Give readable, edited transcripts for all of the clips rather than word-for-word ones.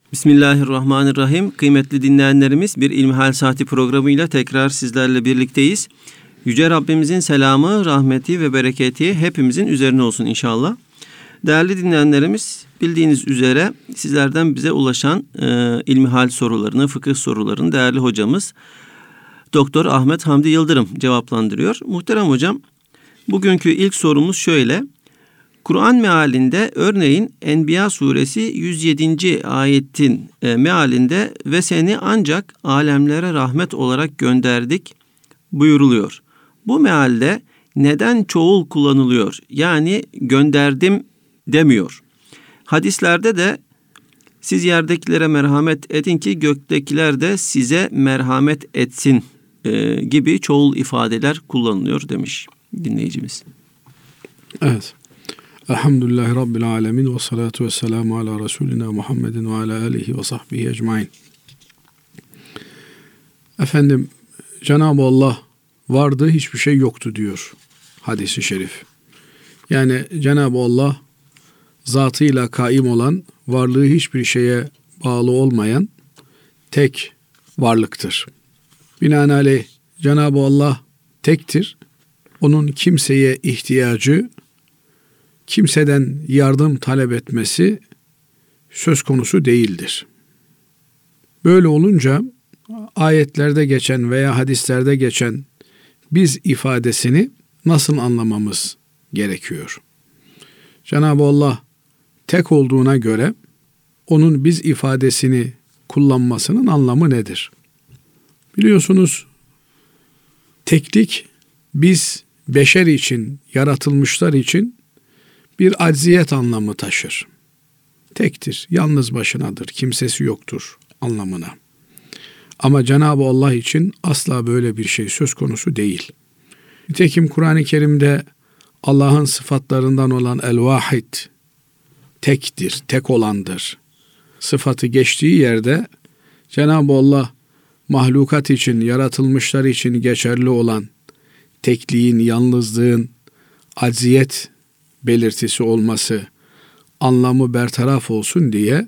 Bismillahirrahmanirrahim. Kıymetli dinleyenlerimiz, bir İlmihal Saati programıyla tekrar sizlerle birlikteyiz. Yüce Rabbimizin selamı, rahmeti ve bereketi hepimizin üzerine olsun inşallah. Değerli dinleyenlerimiz, bildiğiniz üzere sizlerden bize ulaşan ilmihal sorularını, fıkıh sorularını değerli hocamız Doktor Ahmet Hamdi Yıldırım cevaplandırıyor. Muhterem hocam, bugünkü ilk sorumuz şöyle. Kur'an mealinde örneğin Enbiya suresi 107. ayetin mealinde ve seni ancak alemlere rahmet olarak gönderdik buyuruluyor. Bu mealde neden çoğul kullanılıyor? Yani gönderdim demiyor. Hadislerde de siz yerdekilere merhamet edin ki göktekiler de size merhamet etsin gibi çoğul ifadeler kullanılıyor demiş dinleyicimiz. Evet. Elhamdülillahi Rabbil alemin ve salatu ve selamu ala Resulina Muhammedin ve ala alihi ve sahbihi ecmain. Efendim, Cenab-ı Allah vardı, hiçbir şey yoktu diyor hadis-i şerif. Yani Cenab-ı Allah zatıyla kaim olan, varlığı hiçbir şeye bağlı olmayan tek varlıktır. Binaenaleyh Cenab-ı Allah tektir. Onun kimseye ihtiyacı, kimseden yardım talep etmesi söz konusu değildir. Böyle olunca ayetlerde geçen veya hadislerde geçen biz ifadesini nasıl anlamamız gerekiyor? Cenab-ı Allah tek olduğuna göre onun biz ifadesini kullanmasının anlamı nedir? Biliyorsunuz, teklik biz beşer için, yaratılmışlar için bir acziyet anlamı taşır. Tektir, yalnız başınadır, kimsesi yoktur anlamına. Ama Cenab-ı Allah için asla böyle bir şey söz konusu değil. Nitekim Kur'an-ı Kerim'de Allah'ın sıfatlarından olan El-Vahid, tektir, tek olandır sıfatı geçtiği yerde Cenab-ı Allah mahlukat için, yaratılmışlar için geçerli olan tekliğin, yalnızlığın acziyet belirtisi olması, anlamı bertaraf olsun diye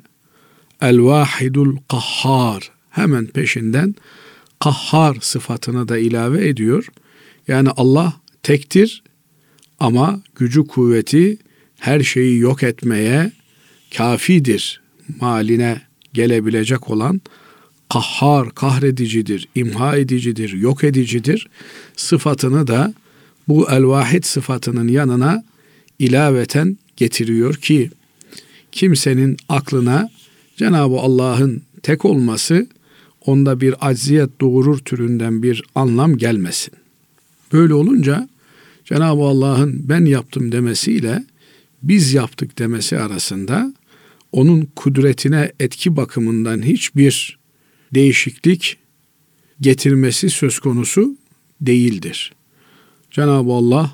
El-Vahidul Kahhar hemen peşinden Kahhar sıfatını da ilave ediyor. Yani Allah tektir ama gücü kuvveti her şeyi yok etmeye kafidir maline gelebilecek olan Kahhar, kahredicidir, imha edicidir, yok edicidir sıfatını da bu El-Vahid sıfatının yanına ilaveten getiriyor ki kimsenin aklına Cenab-ı Allah'ın tek olması onda bir acziyet doğurur türünden bir anlam gelmesin. Böyle olunca Cenab-ı Allah'ın ben yaptım demesiyle biz yaptık demesi arasında onun kudretine etki bakımından hiçbir değişiklik getirmesi söz konusu değildir. Cenab-ı Allah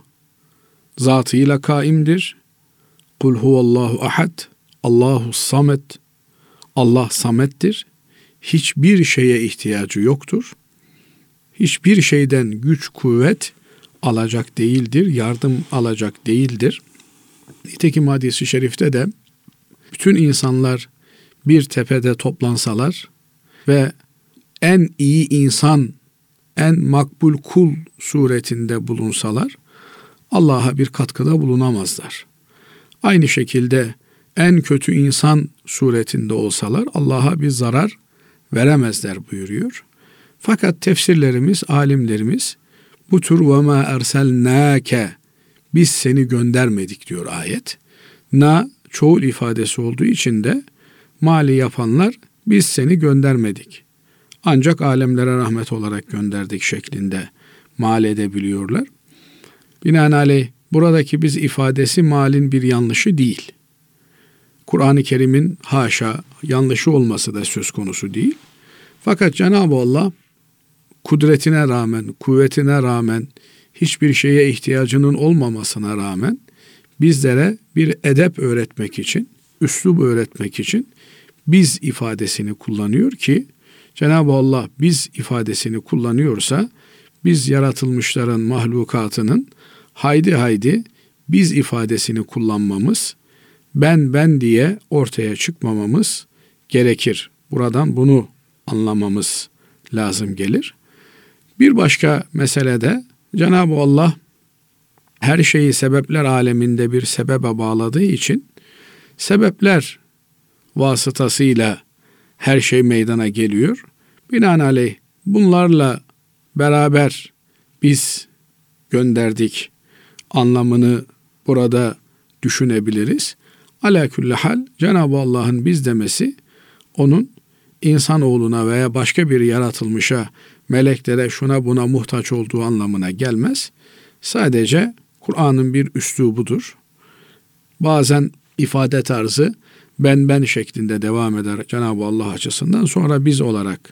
zatıyla kaimdir. Kul huvallahu ahad, Allahu samet. Allah samettir. Hiçbir şeye ihtiyacı yoktur. Hiçbir şeyden güç, kuvvet alacak değildir. Yardım alacak değildir. Nitekim hadis-i şerifte de bütün insanlar bir tepede toplansalar ve en iyi insan, en makbul kul suretinde bulunsalar Allah'a bir katkıda bulunamazlar. Aynı şekilde en kötü insan suretinde olsalar Allah'a bir zarar veremezler buyuruyor. Fakat tefsirlerimiz, alimlerimiz bu tür وَمَا اَرْسَلْنَاكَ biz seni göndermedik diyor ayet. Na çoğul ifadesi olduğu için de mali yapanlar biz seni göndermedik. Ancak alemlere rahmet olarak gönderdik şeklinde mal edebiliyorlar. Binaenaleyh buradaki biz ifadesi malin bir yanlışı değil. Kur'an-ı Kerim'in haşa yanlışı olması da söz konusu değil. Fakat Cenab-ı Allah kudretine rağmen, kuvvetine rağmen, hiçbir şeye ihtiyacının olmamasına rağmen bizlere bir edep öğretmek için, üslup öğretmek için biz ifadesini kullanıyor ki Cenab-ı Allah biz ifadesini kullanıyorsa biz yaratılmışların, mahlukatının haydi biz ifadesini kullanmamız, ben diye ortaya çıkmamamız gerekir. Buradan bunu anlamamız lazım gelir. Bir başka meselede Cenab-ı Allah her şeyi sebepler aleminde bir sebebe bağladığı için sebepler vasıtasıyla her şey meydana geliyor. Binaenaleyh bunlarla beraber biz gönderdik anlamını burada düşünebiliriz. Ala külli hal Cenab-ı Allah'ın biz demesi onun insanoğluna veya başka bir yaratılmışa, meleklere şuna buna muhtaç olduğu anlamına gelmez. Sadece Kur'an'ın bir üslubudur. Bazen ifade tarzı ben şeklinde devam eder Cenab-ı Allah açısından, sonra biz olarak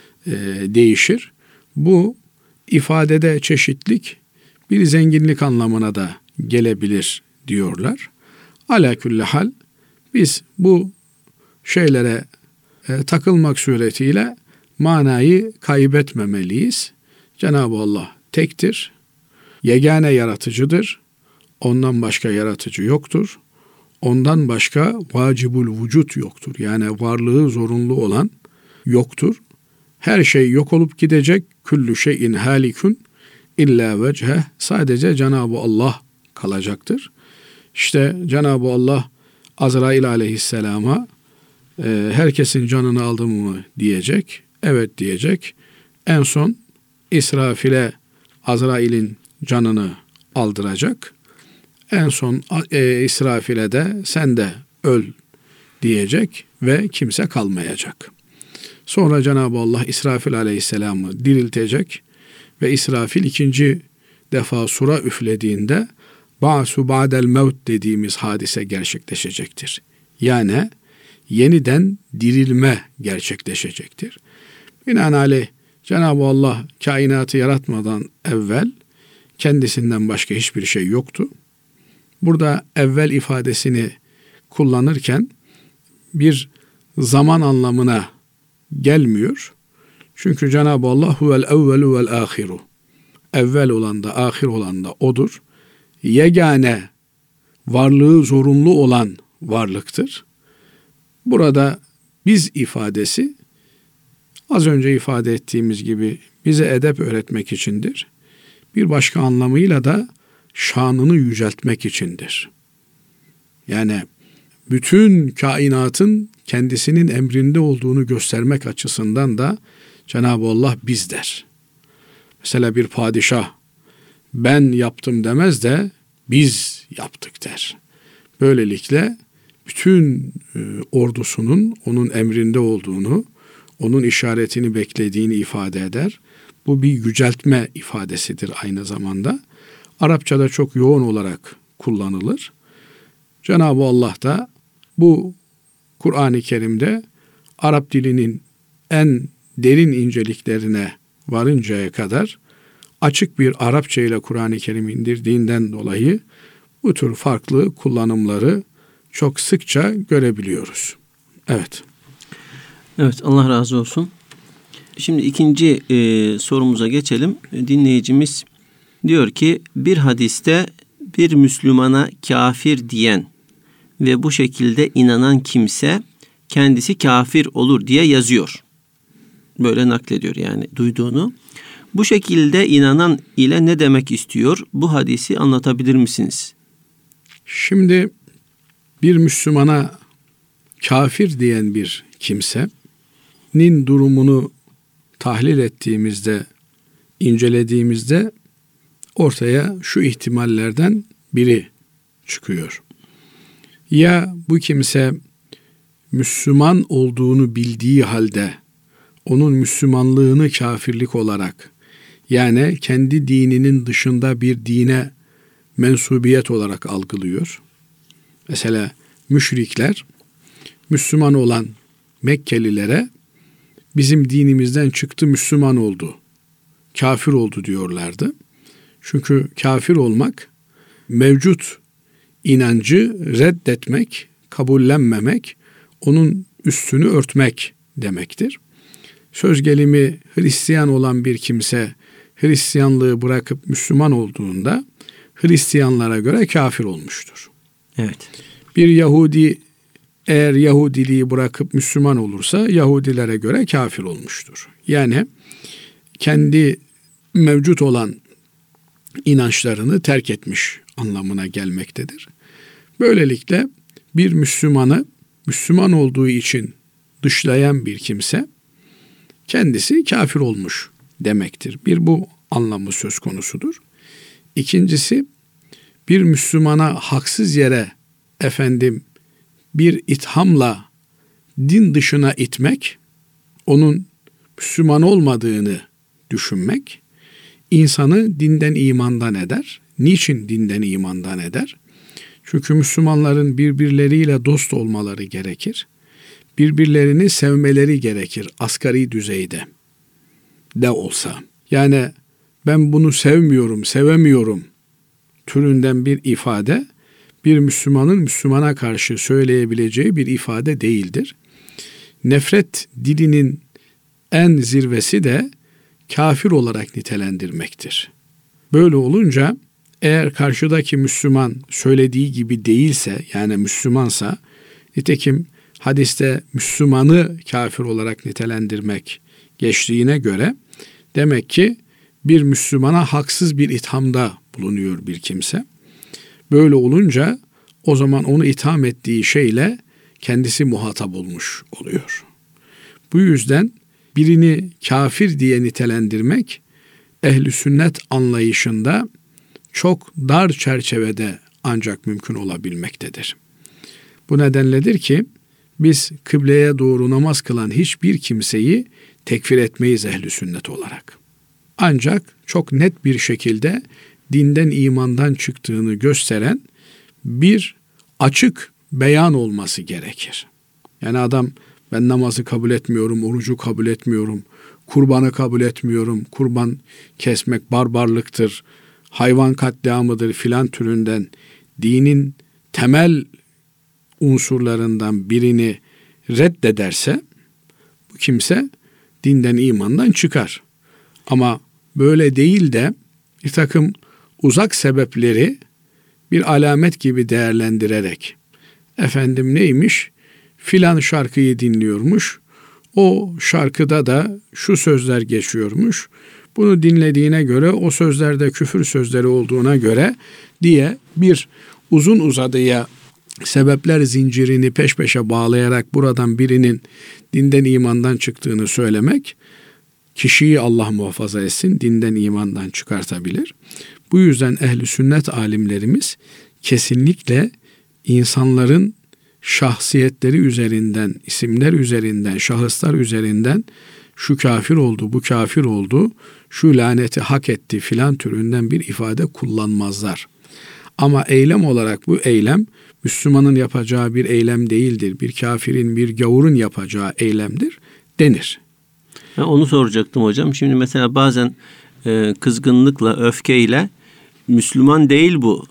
değişir. Bu ifadede çeşitlik bir zenginlik anlamına da gelebilir diyorlar. Ala külli hal biz bu şeylere takılmak suretiyle manayı kaybetmemeliyiz. Cenab-ı Allah tektir, yegane yaratıcıdır, ondan başka yaratıcı yoktur, ondan başka vacibul vücut yoktur. Yani varlığı zorunlu olan yoktur. Her şey yok olup gidecek, küllü şeyin halikun illa vecheh, sadece Cenab-ı Allah kalacaktır. İşte Cenab-ı Allah Azrail aleyhisselama herkesin canını aldı mı diyecek. Evet diyecek. En son İsrafil'e Azrail'in canını aldıracak. En son İsrafil'e de sen de öl diyecek ve kimse kalmayacak. Sonra Cenab-ı Allah İsrafil aleyhisselamı diriltecek ve İsrafil ikinci defa sura üflediğinde ba'su ba'del mevt dediğimiz hadise gerçekleşecektir. Yani yeniden dirilme gerçekleşecektir. Binaenaleyh Cenab-ı Allah kainatı yaratmadan evvel kendisinden başka hiçbir şey yoktu. Burada evvel ifadesini kullanırken bir zaman anlamına gelmiyor. Çünkü Cenab-ı Allah huvel evvelu vel ahiru. Evvel olan da ahir olan da odur. Yegane varlığı zorunlu olan varlıktır. Burada biz ifadesi az önce ifade ettiğimiz gibi bize edep öğretmek içindir. Bir başka anlamıyla da şanını yüceltmek içindir. Yani bütün kainatın kendisinin emrinde olduğunu göstermek açısından da Cenab-ı Allah biz der. Mesela bir padişah ben yaptım demez de biz yaptık der. Böylelikle bütün ordusunun onun emrinde olduğunu, onun işaretini beklediğini ifade eder. Bu bir yüceltme ifadesidir aynı zamanda. Arapçada çok yoğun olarak kullanılır. Cenab-ı Allah da bu Kur'an-ı Kerim'de Arap dilinin en derin inceliklerine varıncaya kadar açık bir Arapça ile Kur'an-ı Kerim indirdiğinden dolayı bu tür farklı kullanımları çok sıkça görebiliyoruz. Evet. Evet, Allah razı olsun. Şimdi ikinci sorumuza geçelim. Dinleyicimiz diyor ki bir hadiste bir Müslümana kafir diyen ve bu şekilde inanan kimse kendisi kafir olur diye yazıyor. Böyle naklediyor yani duyduğunu. Bu şekilde inanan ile ne demek istiyor? Bu hadisi anlatabilir misiniz? Şimdi bir Müslümana kafir diyen bir kimsenin durumunu tahlil ettiğimizde, incelediğimizde ortaya şu ihtimallerden biri çıkıyor. Ya bu kimse Müslüman olduğunu bildiği halde onun Müslümanlığını kafirlik olarak, yani kendi dininin dışında bir dine mensubiyet olarak algılıyor. Mesela müşrikler Müslüman olan Mekkelilere bizim dinimizden çıktı, Müslüman oldu, kafir oldu diyorlardı. Çünkü kafir olmak mevcut inancı reddetmek, kabullenmemek, onun üstünü örtmek demektir. Söz gelimi Hristiyan olan bir kimse Hristiyanlığı bırakıp Müslüman olduğunda Hristiyanlara göre kafir olmuştur. Evet. Bir Yahudi eğer Yahudiliği bırakıp Müslüman olursa Yahudilere göre kafir olmuştur. Yani kendi mevcut olan inançlarını terk etmiş anlamına gelmektedir. Böylelikle bir Müslümanı Müslüman olduğu için dışlayan bir kimse kendisi kafir olmuş demektir. Bir bu anlamı söz konusudur. İkincisi, bir Müslümana haksız yere bir ithamla din dışına itmek, onun Müslüman olmadığını düşünmek, insanı dinden imandan eder. Niçin dinden imandan eder? Çünkü Müslümanların birbirleriyle dost olmaları gerekir. Birbirlerini sevmeleri gerekir asgari düzeyde de olsa. Yani ben bunu sevmiyorum, sevemiyorum türünden bir ifade bir Müslümanın Müslümana karşı söyleyebileceği bir ifade değildir. Nefret dilinin en zirvesi de kafir olarak nitelendirmektir. Böyle olunca eğer karşıdaki Müslüman söylediği gibi değilse, yani Müslümansa, nitekim hadiste Müslümanı kafir olarak nitelendirmek geçtiğine göre demek ki bir Müslümana haksız bir ithamda bulunuyor bir kimse. Böyle olunca o zaman onu itham ettiği şeyle kendisi muhatap olmuş oluyor. Bu yüzden birini kafir diye nitelendirmek ehl-i sünnet anlayışında çok dar çerçevede ancak mümkün olabilmektedir. Bu nedenledir ki biz kıbleye doğru namaz kılan hiçbir kimseyi tekfir etmeyiz ehl-i sünnet olarak. Ancak çok net bir şekilde dinden imandan çıktığını gösteren bir açık beyan olması gerekir. Yani adam ben namazı kabul etmiyorum, orucu kabul etmiyorum, kurbanı kabul etmiyorum, kurban kesmek barbarlıktır, hayvan katliamıdır filan türünden dinin temel unsurlarından birini reddederse bu kimse dinden imandan çıkar. Ama böyle değil de bir takım uzak sebepleri bir alamet gibi değerlendirerek neymiş? Filan şarkıyı dinliyormuş. O şarkıda da şu sözler geçiyormuş. Bunu dinlediğine göre o sözlerde küfür sözleri olduğuna göre diye bir uzun uzadıya sebepler zincirini peş peşe bağlayarak buradan birinin dinden imandan çıktığını söylemek kişiyi Allah muhafaza etsin dinden imandan çıkartabilir. Bu yüzden ehl-i sünnet alimlerimiz kesinlikle insanların şahsiyetleri üzerinden, isimler üzerinden, şahıslar üzerinden şu kafir oldu, bu kafir oldu, şu laneti hak etti filan türünden bir ifade kullanmazlar. Ama eylem olarak bu eylem Müslümanın yapacağı bir eylem değildir. Bir kafirin, bir gavurun yapacağı eylemdir denir. Onu soracaktım hocam. Şimdi mesela bazen kızgınlıkla, öfkeyle Müslüman değil bu.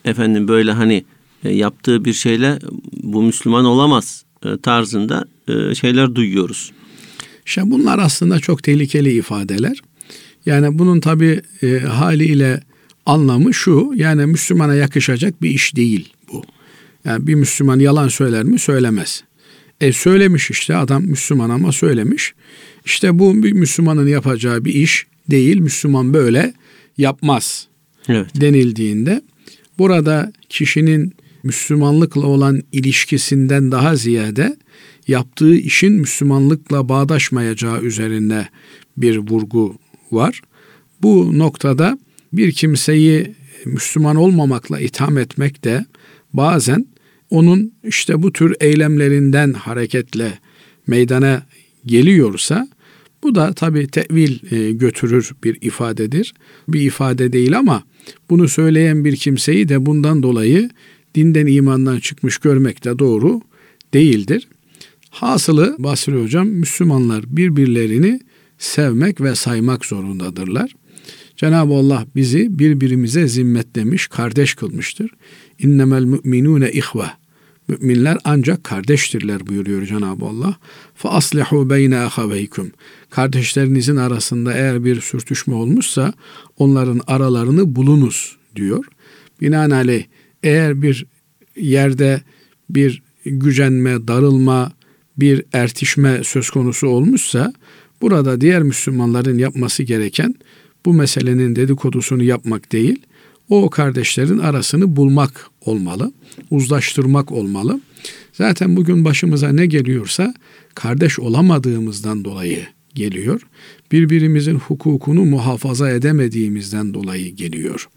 Böyle yaptığı bir şeyle bu Müslüman olamaz tarzında şeyler duyuyoruz. İşte bunlar aslında çok tehlikeli ifadeler. Yani bunun tabii haliyle anlamı şu, yani Müslümana yakışacak bir iş değil bu. Yani bir Müslüman yalan söyler mi? Söylemez. Söylemiş işte adam Müslüman ama söylemiş. İşte bu bir Müslümanın yapacağı bir iş değil. Müslüman böyle yapmaz denildiğinde burada kişinin Müslümanlıkla olan ilişkisinden daha ziyade yaptığı işin Müslümanlıkla bağdaşmayacağı üzerine bir vurgu var. Bu noktada bir kimseyi Müslüman olmamakla itham etmek de bazen onun işte bu tür eylemlerinden hareketle meydana geliyorsa bu da tabii tevil götürür bir ifadedir. Bir ifade değil ama bunu söyleyen bir kimseyi de bundan dolayı dinden imandan çıkmış görmek de doğru değildir. Hasılı Basri Hocam, Müslümanlar birbirlerini sevmek ve saymak zorundadırlar. Cenab-ı Allah bizi birbirimize zimmetlemiş, kardeş kılmıştır. İnnemel müminune ihve. Müminler ancak kardeştirler buyuruyor Cenab-ı Allah. Fa aslihu beyne ahaveykum. Kardeşlerinizin arasında eğer bir sürtüşme olmuşsa onların aralarını bulunuz diyor. Binaenaleyh eğer bir yerde bir gücenme, darılma, bir ertişme söz konusu olmuşsa burada diğer Müslümanların yapması gereken bu meselenin dedikodusunu yapmak değil, o kardeşlerin arasını bulmak olmalı, uzlaştırmak olmalı. Zaten bugün başımıza ne geliyorsa kardeş olamadığımızdan dolayı geliyor. Birbirimizin hukukunu muhafaza edemediğimizden dolayı geliyor.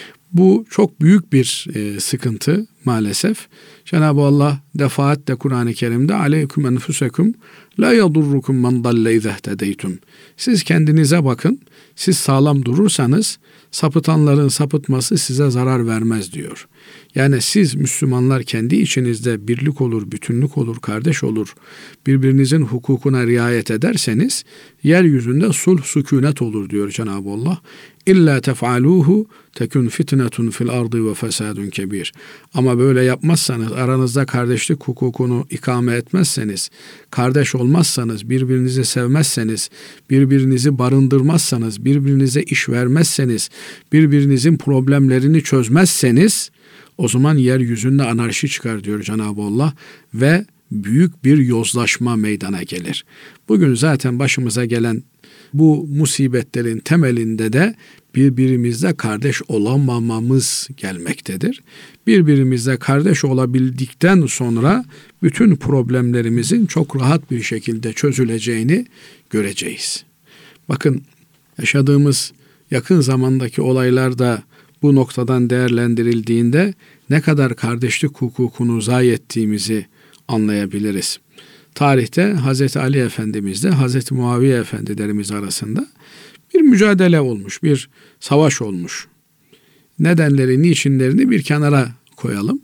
Bu çok büyük bir sıkıntı maalesef. Cenab-ı Allah defaatle Kur'an-ı Kerim'de aleyküm enfusekum la yadurrukum men dalle izehtedeytum. Siz kendinize bakın. Siz sağlam durursanız sapıtanların sapıtması size zarar vermez diyor. Yani siz Müslümanlar kendi içinizde birlik olur, bütünlük olur, kardeş olur, birbirinizin hukukuna riayet ederseniz yeryüzünde sulh sükunet olur diyor Cenab-ı Allah. İlla tef'aluhu tekun fitnetun fil ardı ve fesadun kebir. Ama böyle yapmazsanız, aranızda kardeşlik hukukunu ikame etmezseniz, kardeş olmazsanız, birbirinizi sevmezseniz, birbirinizi barındırmazsanız, birbirinize iş vermezseniz, birbirinizin problemlerini çözmezseniz, o zaman yeryüzünde anarşi çıkar diyor Cenab-ı Allah ve büyük bir yozlaşma meydana gelir. Bugün zaten başımıza gelen bu musibetlerin temelinde de birbirimizle kardeş olamamamız gelmektedir. Birbirimizle kardeş olabildikten sonra bütün problemlerimizin çok rahat bir şekilde çözüleceğini göreceğiz. Bakın yaşadığımız yakın zamandaki olaylar da bu noktadan değerlendirildiğinde ne kadar kardeşlik hukukunu zayi ettiğimizi anlayabiliriz. Tarihte Hazreti Ali Efendimizle Hazreti Muaviye Efendilerimiz arasında bir mücadele olmuş, bir savaş olmuş. Nedenleri, niçinlerini bir kenara koyalım.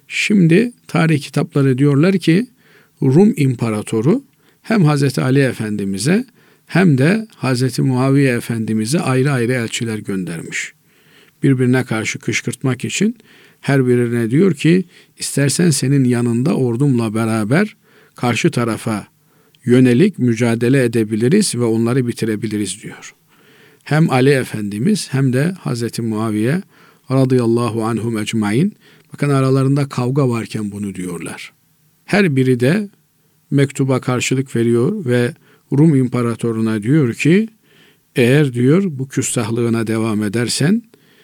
Şimdi tarih kitapları diyorlar ki Rum İmparatoru hem Hazreti Ali Efendimiz'e hem de Hazreti Muaviye Efendimiz'e ayrı ayrı elçiler göndermiş. Birbirine karşı kışkırtmak için her birine diyor ki istersen senin yanında ordumla beraber karşı tarafa yönelik mücadele edebiliriz ve onları bitirebiliriz diyor. Hem Ali Efendimiz hem de Hazreti Muaviye radıyallahu anhum ecmain, bakın aralarında kavga varken bunu diyorlar. Her biri de mektuba karşılık veriyor ve Rum İmparatoruna diyor ki eğer diyor bu küstahlığına devam edersen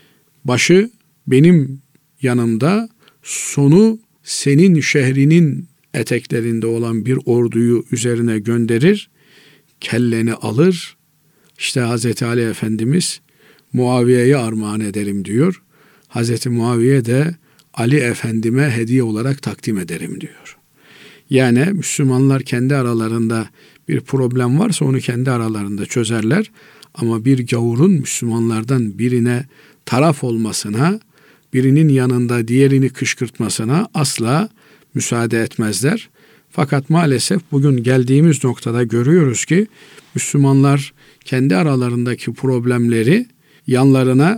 başı benim yanımda, sonu senin şehrinin eteklerinde olan bir orduyu üzerine gönderir, kelleni alır. İşte Hazreti Ali Efendimiz Muaviye'ye armağan ederim diyor. Hazreti Muaviye de Ali Efendime hediye olarak takdim ederim diyor. Yani Müslümanlar kendi aralarında bir problem varsa onu kendi aralarında çözerler. Ama bir gavurun Müslümanlardan birine taraf olmasına, birinin yanında diğerini kışkırtmasına asla müsaade etmezler. Fakat maalesef bugün geldiğimiz noktada görüyoruz ki Müslümanlar kendi aralarındaki problemleri yanlarına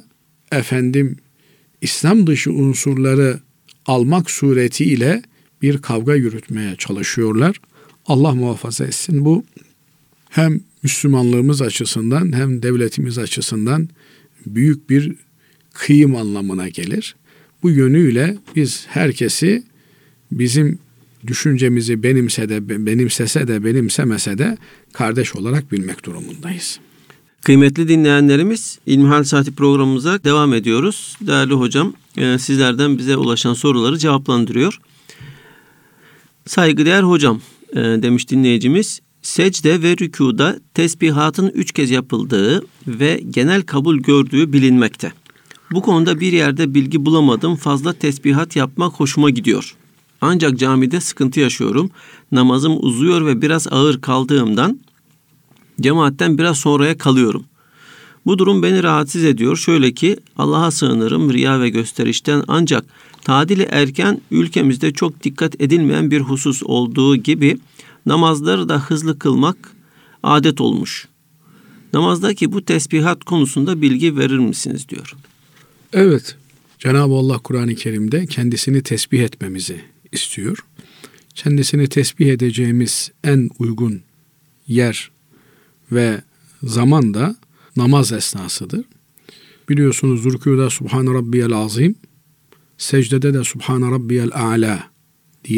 İslam dışı unsurları almak suretiyle bir kavga yürütmeye çalışıyorlar. Allah muhafaza etsin. Bu hem Müslümanlığımız açısından hem devletimiz açısından büyük bir kıyım anlamına gelir. Bu yönüyle biz herkesi bizim düşüncemizi benimsese de benimsemese de kardeş olarak bilmek durumundayız. Kıymetli dinleyenlerimiz, İlmihal Saati programımıza devam ediyoruz. Değerli hocam, sizlerden bize ulaşan soruları cevaplandırıyor. Saygıdeğer hocam, demiş dinleyicimiz, secde ve rükuda tesbihatın 3 kez yapıldığı ve genel kabul gördüğü bilinmekte. Bu konuda bir yerde bilgi bulamadım. Fazla tesbihat yapmak hoşuma gidiyor. Ancak camide sıkıntı yaşıyorum. Namazım uzuyor ve biraz ağır kaldığımdan cemaatten biraz sonraya kalıyorum. Bu durum beni rahatsız ediyor. Şöyle ki Allah'a sığınırım riya ve gösterişten, ancak tadili erken ülkemizde çok dikkat edilmeyen bir husus olduğu gibi namazları da hızlı kılmak adet olmuş. Namazdaki bu tesbihat konusunda bilgi verir misiniz diyor. Evet, Cenab-ı Allah Kur'an-ı Kerim'de kendisini tesbih etmemizi istiyor. Kendisini tesbih edeceğimiz en uygun yer ve zaman da namaz esnasıdır. Biliyorsunuz rükûda Subhane Rabbiyel Azim, secdede de Subhane Rabbiyel A'la diye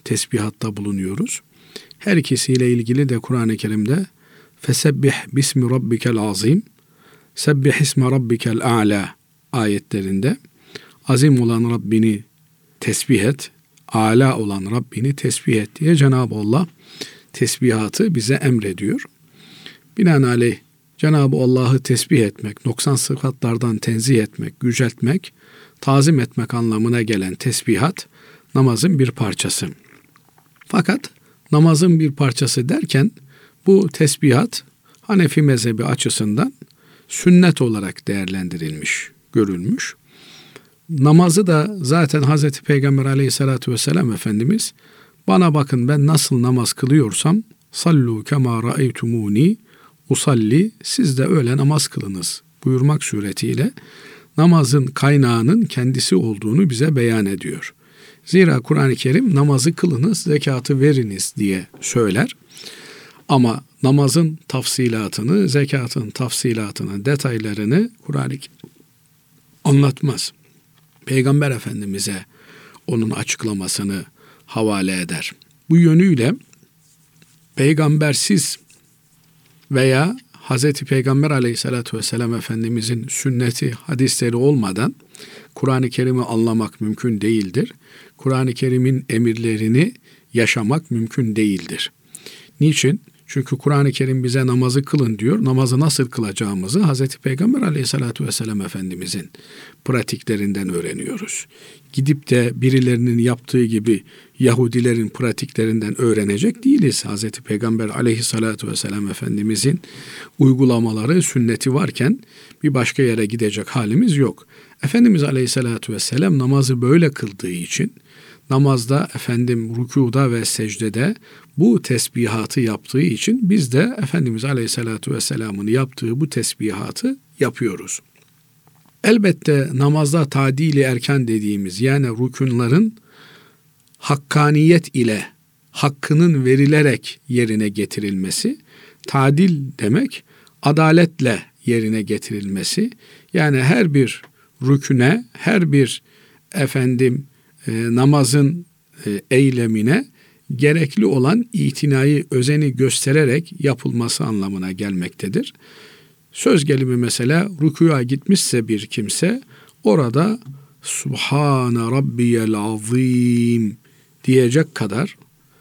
tesbihatta bulunuyoruz. Her ikisiyle ilgili de Kur'an-ı Kerim'de fesebbih bismi rabbikel azim, sebbih isme rabbikel a'la ayetlerinde azim olan Rabbini tesbih et, âlâ olan Rabbini tesbih et diye Cenab-ı Allah tesbihatı bize emrediyor. Binaenaleyh Cenab-ı Allah'ı tesbih etmek, noksan sıfatlardan tenzih etmek, yüceltmek, tazim etmek anlamına gelen tesbihat namazın bir parçası. Fakat namazın bir parçası derken bu tesbihat Hanefi mezhebi açısından sünnet olarak değerlendirilmiş, görülmüş. Namazı da zaten Hazreti Peygamber Aleyhisselatü Vesselam Efendimiz bana bakın ben nasıl namaz kılıyorsam sallu kema ra'eytumuni usalli siz de öyle namaz kılınız buyurmak suretiyle namazın kaynağının kendisi olduğunu bize beyan ediyor. Zira Kur'an-ı Kerim namazı kılınız, zekatı veriniz diye söyler. Ama namazın tafsilatını, zekatın tafsilatını, detaylarını Kur'an-ı Kerim anlatmaz. Peygamber Efendimiz'e onun açıklamasını havale eder. Bu yönüyle peygambersiz veya Hazreti Peygamber Aleyhisselatü Vesselam Efendimiz'in sünneti, hadisleri olmadan Kur'an-ı Kerim'i anlamak mümkün değildir. Kur'an-ı Kerim'in emirlerini yaşamak mümkün değildir. Niçin? Çünkü Kur'an-ı Kerim bize namazı kılın diyor. Namazı nasıl kılacağımızı Hazreti Peygamber Aleyhisselatü Vesselam Efendimizin pratiklerinden öğreniyoruz. Gidip de birilerinin yaptığı gibi Yahudilerin pratiklerinden öğrenecek değiliz. Hazreti Peygamber Aleyhisselatü Vesselam Efendimizin uygulamaları, sünneti varken bir başka yere gidecek halimiz yok. Efendimiz Aleyhisselatü Vesselam namazı böyle kıldığı için namazda rükûda ve secdede bu tesbihatı yaptığı için biz de Efendimiz Aleyhisselatü Vesselam'ın yaptığı bu tesbihatı yapıyoruz. Elbette namazda tadili erken dediğimiz yani rükûnların hakkaniyet ile hakkının verilerek yerine getirilmesi, tadil demek adaletle yerine getirilmesi. Yani her bir rüküne, her bir namazın eylemine gerekli olan itinayı, özeni göstererek yapılması anlamına gelmektedir. Söz gelimi mesela rükûya gitmişse bir kimse orada Subhane Rabbiyel Azim diyecek kadar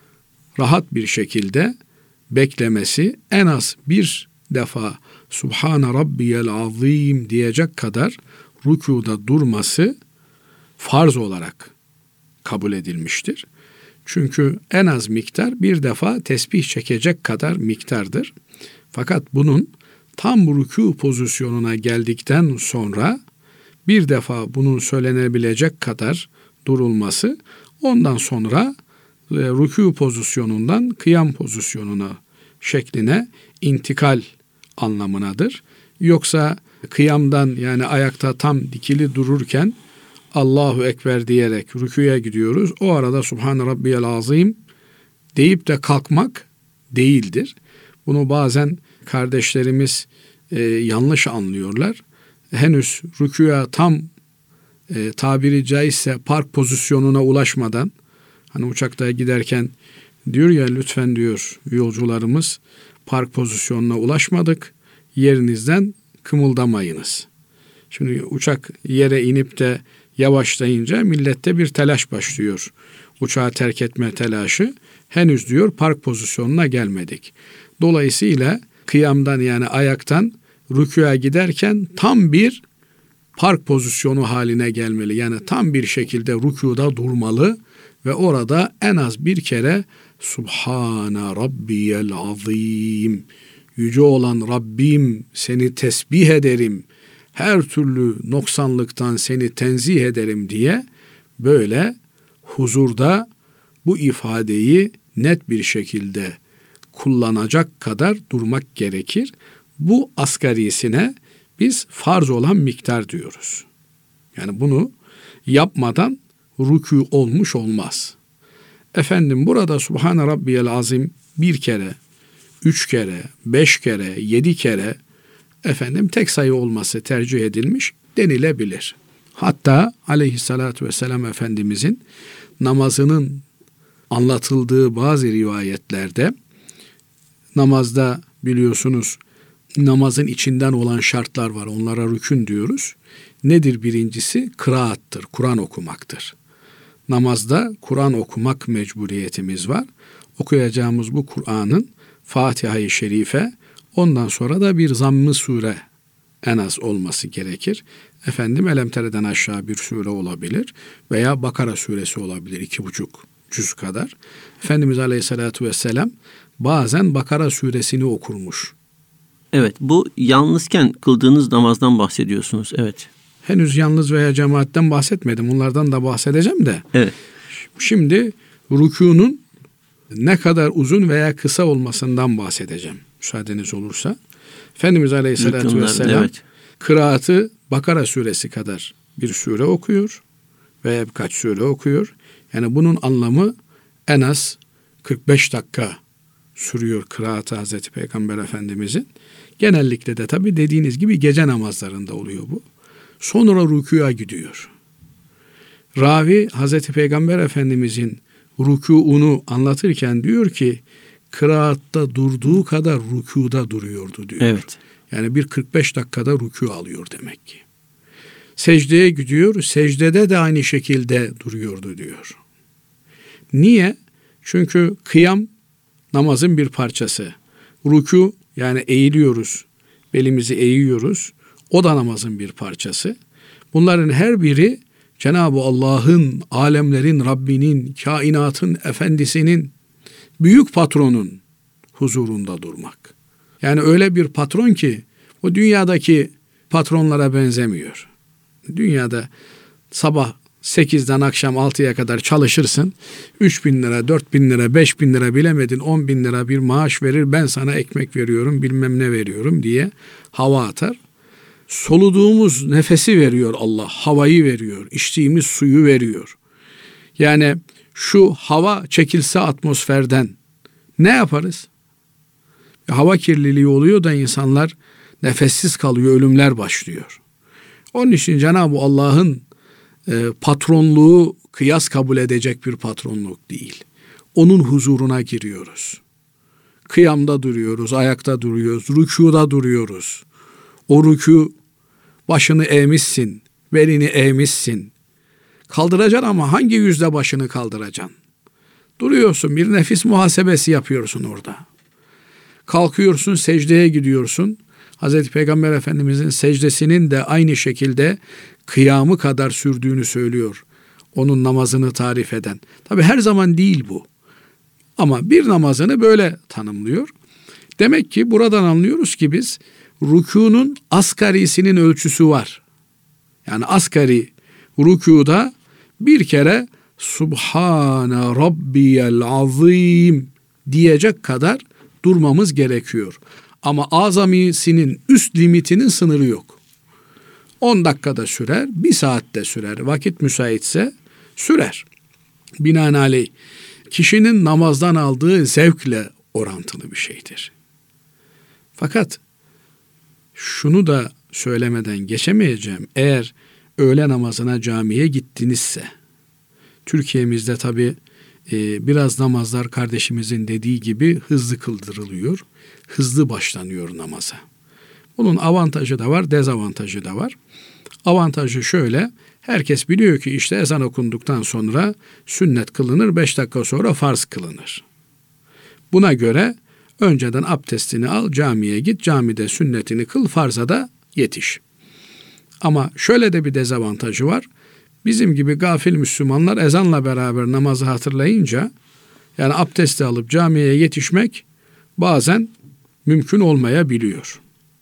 rahat bir şekilde beklemesi, en az bir defa Subhane Rabbiyel Azim diyecek kadar rükûda durması farz olarak kabul edilmiştir. Çünkü en az miktar bir defa tesbih çekecek kadar miktardır. Fakat bunun tam rükû pozisyonuna geldikten sonra bir defa bunun söylenebilecek kadar durulması, ondan sonra rükû pozisyonundan kıyam pozisyonuna şekline intikal anlamınadır. Yoksa kıyamdan yani ayakta tam dikili dururken Allahu Ekber diyerek rükûya gidiyoruz. O arada Subhane Rabbiyel Azim deyip de kalkmak değildir. Bunu bazen kardeşlerimiz yanlış anlıyorlar. Henüz rükûya tam tabiri caizse park pozisyonuna ulaşmadan, hani uçakta giderken diyor ya lütfen diyor yolcularımız park pozisyonuna ulaşmadık, yerinizden kımıldamayınız. Şimdi uçak yere inip de yavaşlayınca millette bir telaş başlıyor. Uçağı terk etme telaşı. Henüz diyor park pozisyonuna gelmedik. Dolayısıyla kıyamdan yani ayaktan rükûya giderken tam bir park pozisyonu haline gelmeli. Yani tam bir şekilde rükûda durmalı ve orada en az bir kere Subhane Rabbiyel Azim, yüce olan Rabbim seni tesbih ederim, her türlü noksanlıktan seni tenzih ederim diye böyle huzurda bu ifadeyi net bir şekilde kullanacak kadar durmak gerekir. Bu asgarisine biz farz olan miktar diyoruz. Yani bunu yapmadan rükû olmuş olmaz. Burada Subhane Rabbiyel Azim bir kere, 3 kere, 5 kere, 7 kere tek sayı olması tercih edilmiş denilebilir. Hatta Aleyhissalatü Vesselam Efendimizin namazının anlatıldığı bazı rivayetlerde namazda biliyorsunuz namazın içinden olan şartlar var. Onlara rükün diyoruz. Nedir birincisi? Kıraattır, Kur'an okumaktır. Namazda Kur'an okumak mecburiyetimiz var. Okuyacağımız bu Kur'an'ın Fatiha-i Şerife, ondan sonra da bir zamm-ı sure en az olması gerekir. Elem Tere'den aşağı bir sure olabilir veya Bakara suresi olabilir 2,5 cüz kadar. Efendimiz Aleyhisselatü Vesselam bazen Bakara suresini okurmuş. Evet, bu yalnızken kıldığınız namazdan bahsediyorsunuz. Evet. Henüz yalnız veya cemaatten bahsetmedim. Onlardan da bahsedeceğim de. Evet. Şimdi rükûnun ne kadar uzun veya kısa olmasından bahsedeceğim. Müsaadeniz olursa. Efendimiz Aleyhisselatü Vesselam kıraatı Bakara suresi kadar bir sure okuyor veya birkaç sure okuyor. Yani bunun anlamı en az 45 dakika sürüyor kıraatı Hazreti Peygamber Efendimizin. Genellikle de tabii dediğiniz gibi gece namazlarında oluyor bu. Sonra rükûya gidiyor. Ravi Hazreti Peygamber Efendimizin rükûunu anlatırken diyor ki kıraatta durduğu kadar rükûda duruyordu diyor. Evet. Yani bir 45 dakikada rükû alıyor demek ki. Secdeye gidiyor, secdede de aynı şekilde duruyordu diyor. Niye? Çünkü kıyam namazın bir parçası. Rükû yani eğiliyoruz, belimizi eğiyoruz. O da namazın bir parçası. Bunların her biri Cenab-ı Allah'ın, alemlerin Rabbinin, kainatın efendisinin, büyük patronun huzurunda durmak. Yani öyle bir patron ki o dünyadaki patronlara benzemiyor. Dünyada sabah 8'den akşam 6'ya kadar çalışırsın. 3.000 lira, 4.000 lira, 5.000 lira bilemedin 10.000 lira bir maaş verir. Ben sana ekmek veriyorum, bilmem ne veriyorum diye hava atar. Soluduğumuz nefesi veriyor Allah, havayı veriyor, içtiğimiz suyu veriyor. Yani şu hava çekilse atmosferden ne yaparız? Hava kirliliği oluyor da insanlar nefessiz kalıyor, ölümler başlıyor. Onun için Cenab-ı Allah'ın patronluğu kıyas kabul edecek bir patronluk değil. Onun huzuruna giriyoruz. Kıyamda duruyoruz, ayakta duruyoruz, rükûda duruyoruz. O rükû başını eğmişsin, belini eğmişsin. Kaldıracaksın ama hangi yüzle başını kaldıracaksın? Duruyorsun, bir nefis muhasebesi yapıyorsun orada. Kalkıyorsun, secdeye gidiyorsun. Hazreti Peygamber Efendimizin secdesinin de aynı şekilde kıyamı kadar sürdüğünü söylüyor. Onun namazını tarif eden. Tabi her zaman değil bu. Ama bir namazını böyle tanımlıyor. Demek ki buradan anlıyoruz ki biz rükûnun asgarisinin ölçüsü var. Yani asgari rükûda bir kere Subhane Rabbiyel Azim diyecek kadar durmamız gerekiyor. Ama azamisinin üst limitinin sınırı yok. 10 dakikada sürer, 1 saatte sürer. Vakit müsaitse sürer. Binaenaleyh kişinin namazdan aldığı zevkle orantılı bir şeydir. Fakat şunu da söylemeden geçemeyeceğim. Eğer öğle namazına camiye gittinizse, Türkiye'mizde tabii biraz namazlar kardeşimizin dediği gibi hızlı kıldırılıyor. Hızlı başlanıyor namaza. Bunun avantajı da var, dezavantajı da var. Avantajı şöyle, herkes biliyor ki işte ezan okunduktan sonra sünnet kılınır, 5 dakika sonra farz kılınır. Buna göre önceden abdestini al, camiye git, camide sünnetini kıl, farza da yetiş. Ama şöyle de bir dezavantajı var. Bizim gibi gafil Müslümanlar ezanla beraber namazı hatırlayınca, yani abdesti alıp camiye yetişmek bazen mümkün olmayabiliyor.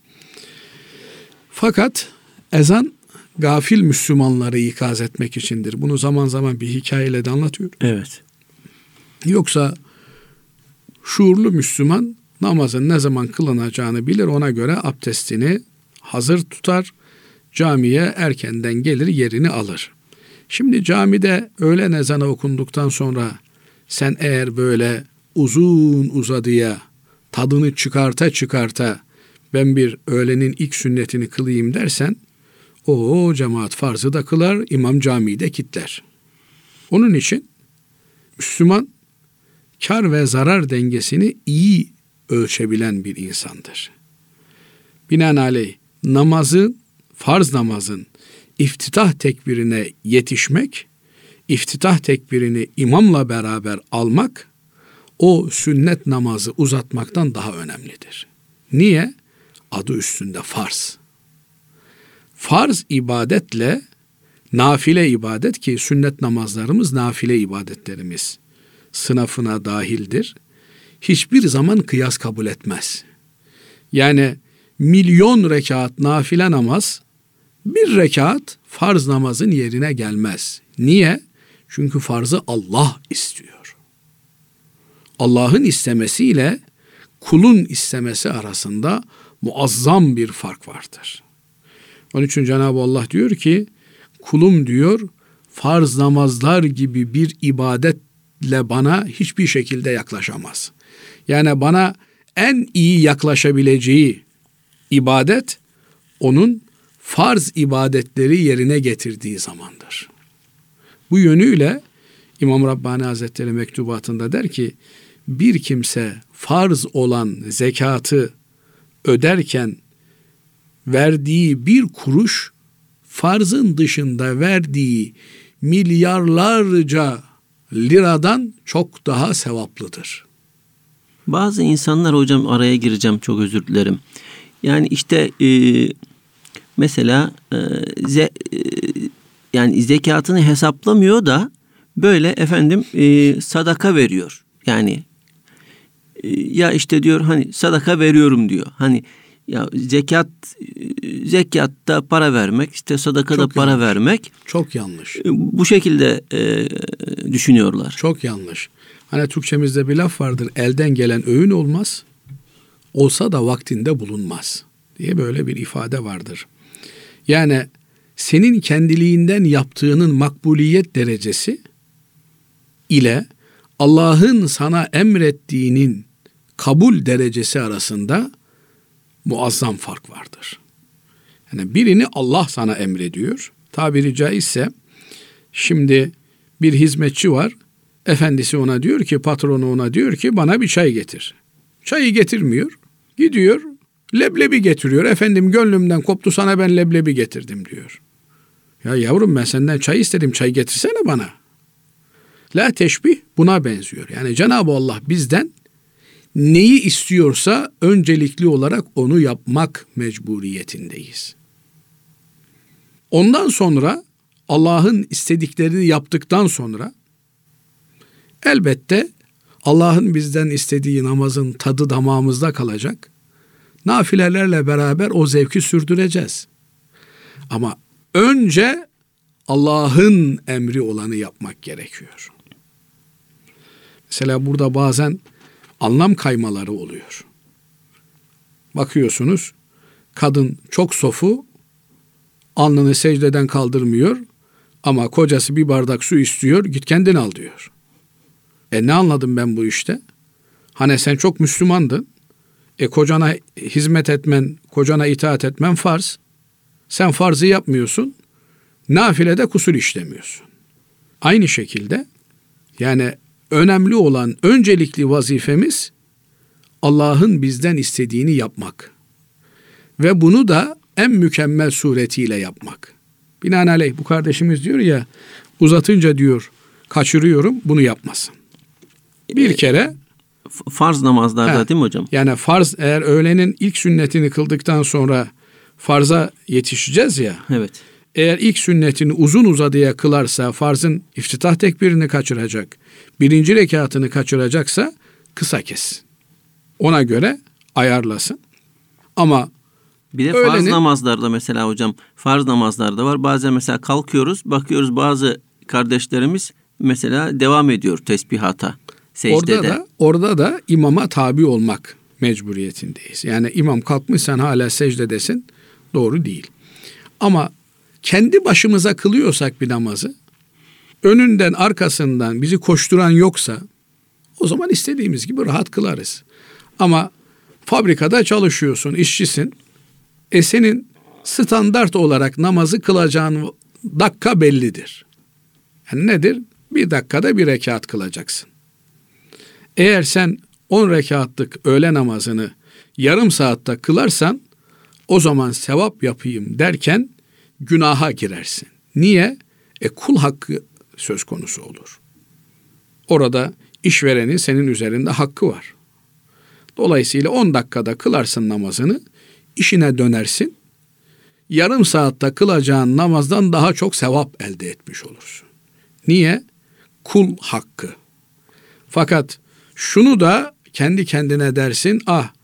Fakat ezan gafil Müslümanları ikaz etmek içindir. Bunu zaman zaman bir hikayeyle de anlatıyor. Evet. Yoksa şuurlu Müslüman namazın ne zaman kılınacağını bilir, ona göre abdestini hazır tutar, camiye erkenden gelir, yerini alır. Şimdi camide öğlen ezanı okunduktan sonra sen eğer böyle uzun uzadıya, tadını çıkarta ben bir öğlenin ilk sünnetini kılayım dersen, o cemaat farzı da kılar, imam camiyi de kitler. Onun için Müslüman kar ve zarar dengesini iyi ölçebilen bir insandır. Binaenaleyh farz namazın iftitah tekbirine yetişmek, iftitah tekbirini imamla beraber almak, o sünnet namazı uzatmaktan daha önemlidir. Niye? Adı üstünde farz. Farz ibadetle nafile ibadet, ki sünnet namazlarımız nafile ibadetlerimiz sınıfına dahildir, hiçbir zaman kıyas kabul etmez. Yani milyon rekat nafile namaz bir rekat farz namazın yerine gelmez. Niye? Çünkü farzı Allah istiyor. Allah'ın istemesiyle kulun istemesi arasında muazzam bir fark vardır. Onun için Cenab-ı Allah diyor ki, kulum diyor, farz namazlar gibi bir ibadetle bana hiçbir şekilde yaklaşamaz. Yani bana en iyi yaklaşabileceği ibadet, onun farz ibadetleri yerine getirdiği zamandır. Bu yönüyle İmam Rabbani Hazretleri mektubatında der ki, bir kimse farz olan zekatı öderken verdiği bir kuruş, farzın dışında verdiği milyarlarca liradan çok daha sevaplıdır. Bazı insanlar, hocam araya gireceğim, çok özür dilerim. Yani işte mesela yani zekatını hesaplamıyor da böyle sadaka veriyor. Yani ya işte diyor hani sadaka veriyorum diyor. Hani ya zekatta para vermek, işte sadakada çok para yanlış. Vermek çok yanlış. Bu şekilde düşünüyorlar. Çok yanlış. Hani Türkçemizde bir laf vardır. Elden gelen öğün olmaz. Olsa da vaktinde bulunmaz diye böyle bir ifade vardır. Yani senin kendiliğinden yaptığının makbuliyet derecesi ile Allah'ın sana emrettiğinin kabul derecesi arasında muazzam fark vardır. Yani birini Allah sana emrediyor. Tabiri caizse şimdi bir hizmetçi var. Efendisi ona diyor ki, patronu ona diyor ki, bana bir çay getir. Çayı getirmiyor. Gidiyor leblebi getiriyor. Efendim gönlümden koptu, sana ben leblebi getirdim diyor. Ya yavrum, ben senden çay istedim, çay getirsene bana. La teşbih buna benziyor. Yani Cenab-ı Allah bizden neyi istiyorsa öncelikli olarak onu yapmak mecburiyetindeyiz. Ondan sonra Allah'ın istediklerini yaptıktan sonra elbette Allah'ın bizden istediği namazın tadı damağımızda kalacak. Nafilelerle beraber o zevki sürdüreceğiz. Ama önce Allah'ın emri olanı yapmak gerekiyor. Mesela burada bazen anlam kaymaları oluyor. Bakıyorsunuz, kadın çok sofu, alnını secdeden kaldırmıyor ama kocası bir bardak su istiyor, git kendin al diyor. Ne anladım ben bu işte? Hani sen çok Müslümandın, kocana hizmet etmen, kocana itaat etmen farz. Sen farzı yapmıyorsun, nafilede kusur işlemiyorsun. Aynı şekilde yani önemli olan, öncelikli vazifemiz Allah'ın bizden istediğini yapmak. Ve bunu da en mükemmel suretiyle yapmak. Binaenaleyh bu kardeşimiz diyor ya, uzatınca diyor kaçırıyorum, bunu yapmasın. Bir kere farz namazlarda değil mi hocam? Yani farz, eğer öğlenin ilk sünnetini kıldıktan sonra farza yetişeceğiz ya. Evet. Eğer ilk sünnetini uzun uzadıya kılarsa farzın iftitah tekbirini kaçıracak. Birinci rekatını kaçıracaksa kısa kes. Ona göre ayarlasın. Ama bir de farz namazlarda mesela hocam, farz namazlarda var. Bazen mesela kalkıyoruz, bakıyoruz bazı kardeşlerimiz mesela devam ediyor tesbihata, secdede. Orada da imama tabi olmak mecburiyetindeyiz. Yani imam kalkmış, sen hala secdedesin, doğru değil. Ama kendi başımıza kılıyorsak bir namazı, önünden arkasından bizi koşturan yoksa o zaman istediğimiz gibi rahat kılarız. Ama fabrikada çalışıyorsun, işçisin. Senin standart olarak namazı kılacağın dakika bellidir. Yani nedir? Bir dakikada bir rekat kılacaksın. Eğer sen 10 rekatlık öğle namazını yarım saatte kılarsan o zaman sevap yapayım derken günaha girersin. Niye? Kul hakkı söz konusu olur. Orada işverenin senin üzerinde hakkı var. Dolayısıyla 10 dakikada kılarsın namazını, işine dönersin. Yarım saatte kılacağın namazdan daha çok sevap elde etmiş olursun. Niye? Kul hakkı. Fakat şunu da kendi kendine dersin,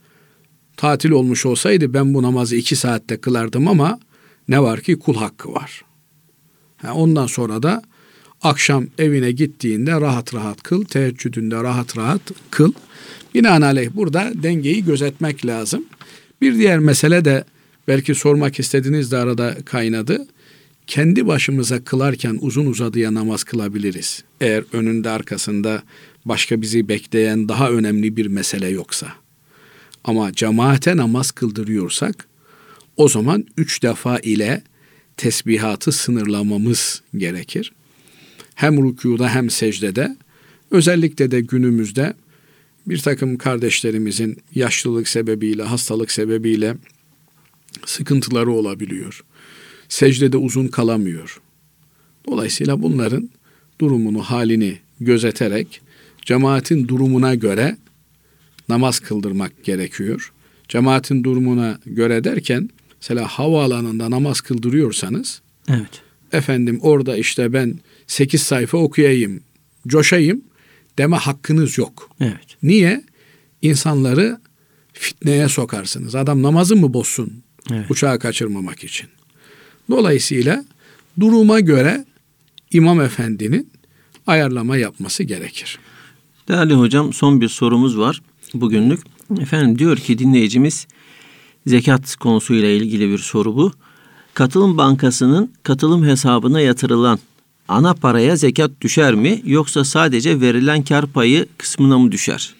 tatil olmuş olsaydı ben bu namazı 2 saatte kılardım ama ne var ki kul hakkı var. Ondan sonra da akşam evine gittiğinde rahat rahat kıl, teheccüdünde rahat rahat kıl. Binaenaleyh burada dengeyi gözetmek lazım. Bir diğer mesele de belki sormak istediğiniz de arada kaynadı. Kendi başımıza kılarken uzun uzadıya namaz kılabiliriz. Eğer önünde arkasında başka bizi bekleyen daha önemli bir mesele yoksa. Ama cemaate namaz kıldırıyorsak o zaman 3 defa ile tesbihatı sınırlamamız gerekir. Hem rükûda hem secdede, özellikle de günümüzde bir takım kardeşlerimizin yaşlılık sebebiyle, hastalık sebebiyle sıkıntıları olabiliyor. Secdede uzun kalamıyor. Dolayısıyla bunların durumunu, halini gözeterek cemaatin durumuna göre namaz kıldırmak gerekiyor. Cemaatin durumuna göre derken mesela havaalanında namaz kıldırıyorsanız, evet, efendim orada işte ben 8 sayfa okuyayım, coşayım deme hakkınız yok. Evet. Niye? İnsanları fitneye sokarsınız. Adam namazı mı bozsun? Evet. Uçağı kaçırmamak için. Dolayısıyla duruma göre imam efendinin ayarlama yapması gerekir. Değerli hocam, son bir sorumuz var bugünlük. Efendim diyor ki dinleyicimiz, zekat konusuyla ilgili bir soru bu. Katılım Bankası'nın katılım hesabına yatırılan ana paraya zekat düşer mi, yoksa sadece verilen kar payı kısmına mı düşer?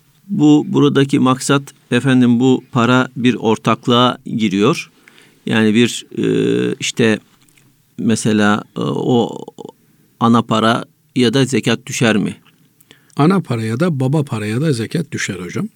Buradaki maksat efendim, bu para bir ortaklığa giriyor. Yani bir işte mesela o ana para ya da zekat düşer mi? Ana paraya da baba paraya da zekat düşer hocam.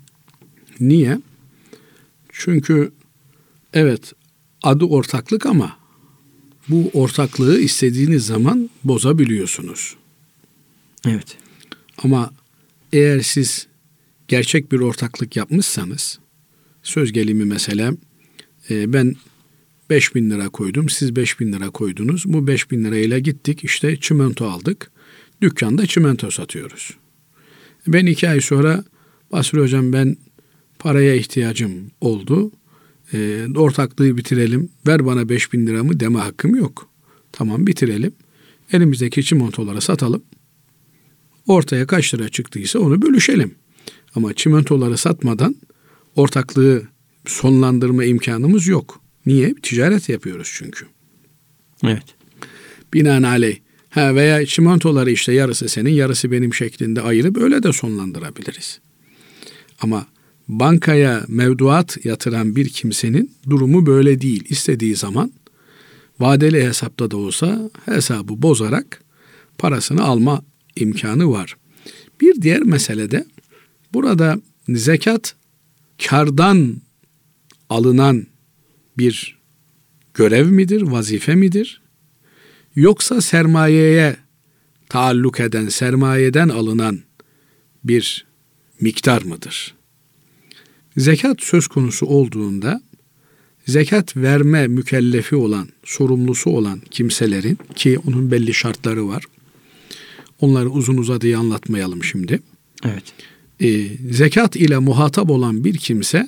Niye? Çünkü evet adı ortaklık ama bu ortaklığı istediğiniz zaman bozabiliyorsunuz. Evet. Ama eğer siz gerçek bir ortaklık yapmışsanız, söz gelimi mesela ben 5.000 lira koydum, siz 5.000 lira koydunuz. Bu 5.000 lirayla gittik işte çimento aldık. Dükkanda çimento satıyoruz. Ben 2 ay sonra Basri hocam ben paraya ihtiyacım oldu. Ortaklığı bitirelim. Ver bana 5.000 liramı deme hakkım yok. Tamam bitirelim. Elimizdeki çimentoları satalım. Ortaya kaç lira çıktıysa onu bölüşelim. Ama çimentoları satmadan ortaklığı sonlandırma imkanımız yok. Niye? Ticaret yapıyoruz çünkü. Evet. Binaenaleyh veya çimentoları işte yarısı senin yarısı benim şeklinde ayırıp öyle de sonlandırabiliriz. Ama bankaya mevduat yatıran bir kimsenin durumu böyle değil. İstediği zaman vadeli hesapta da olsa hesabı bozarak parasını alma imkanı var. Bir diğer mesele de burada zekat kardan alınan bir görev midir, vazife midir? Yoksa sermayeye taalluk eden, sermayeden alınan bir miktar mıdır? Zekat söz konusu olduğunda zekat verme mükellefi olan, sorumlusu olan kimselerin, ki onun belli şartları var. Onları uzun uzadıya anlatmayalım şimdi. Evet. Zekat ile muhatap olan bir kimse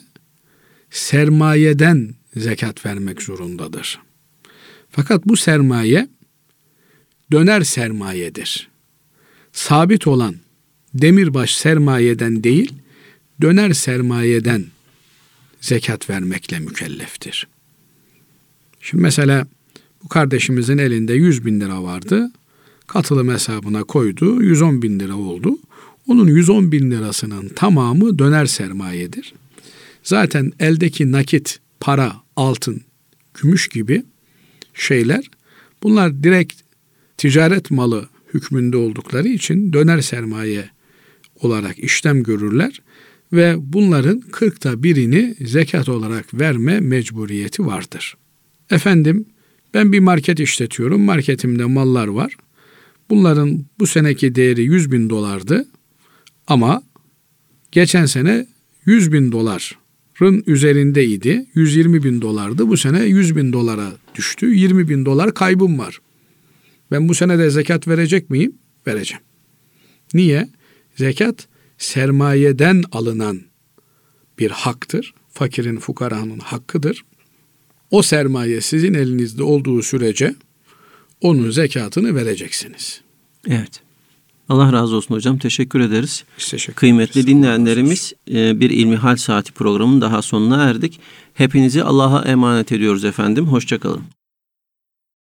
sermayeden zekat vermek zorundadır. Fakat bu sermaye döner sermayedir. Sabit olan demirbaş sermayeden değil, döner sermayeden zekat vermekle mükelleftir. Şimdi mesela bu kardeşimizin elinde 100.000 lira vardı. Katılım hesabına koydu. 110.000 lira oldu. Onun 110.000 lirasının tamamı döner sermayedir. Zaten eldeki nakit, para, altın, gümüş gibi şeyler, bunlar direkt ticaret malı hükmünde oldukları için döner sermaye olarak işlem görürler ve bunların 40'ta birini zekat olarak verme mecburiyeti vardır. Efendim, ben bir market işletiyorum, marketimde mallar var. Bunların bu seneki değeri 100 bin dolardı ama geçen sene 100 bin doların üzerindeydi. 120 bin dolardı. Bu sene 100 bin dolara düştü. 20 bin dolar kaybım var. Ben bu sene de zekat verecek miyim? Vereceğim. Niye? Zekat sermayeden alınan bir haktır. Fakirin, fukaranın hakkıdır. O sermaye sizin elinizde olduğu sürece onun zekatını vereceksiniz. Evet. Allah razı olsun hocam. Teşekkür ederiz. Biz teşekkür Kıymetli ederiz. dinleyenlerimiz, bir İlmihal Saati programının daha sonuna erdik. Hepinizi Allah'a emanet ediyoruz efendim. Hoşça kalın.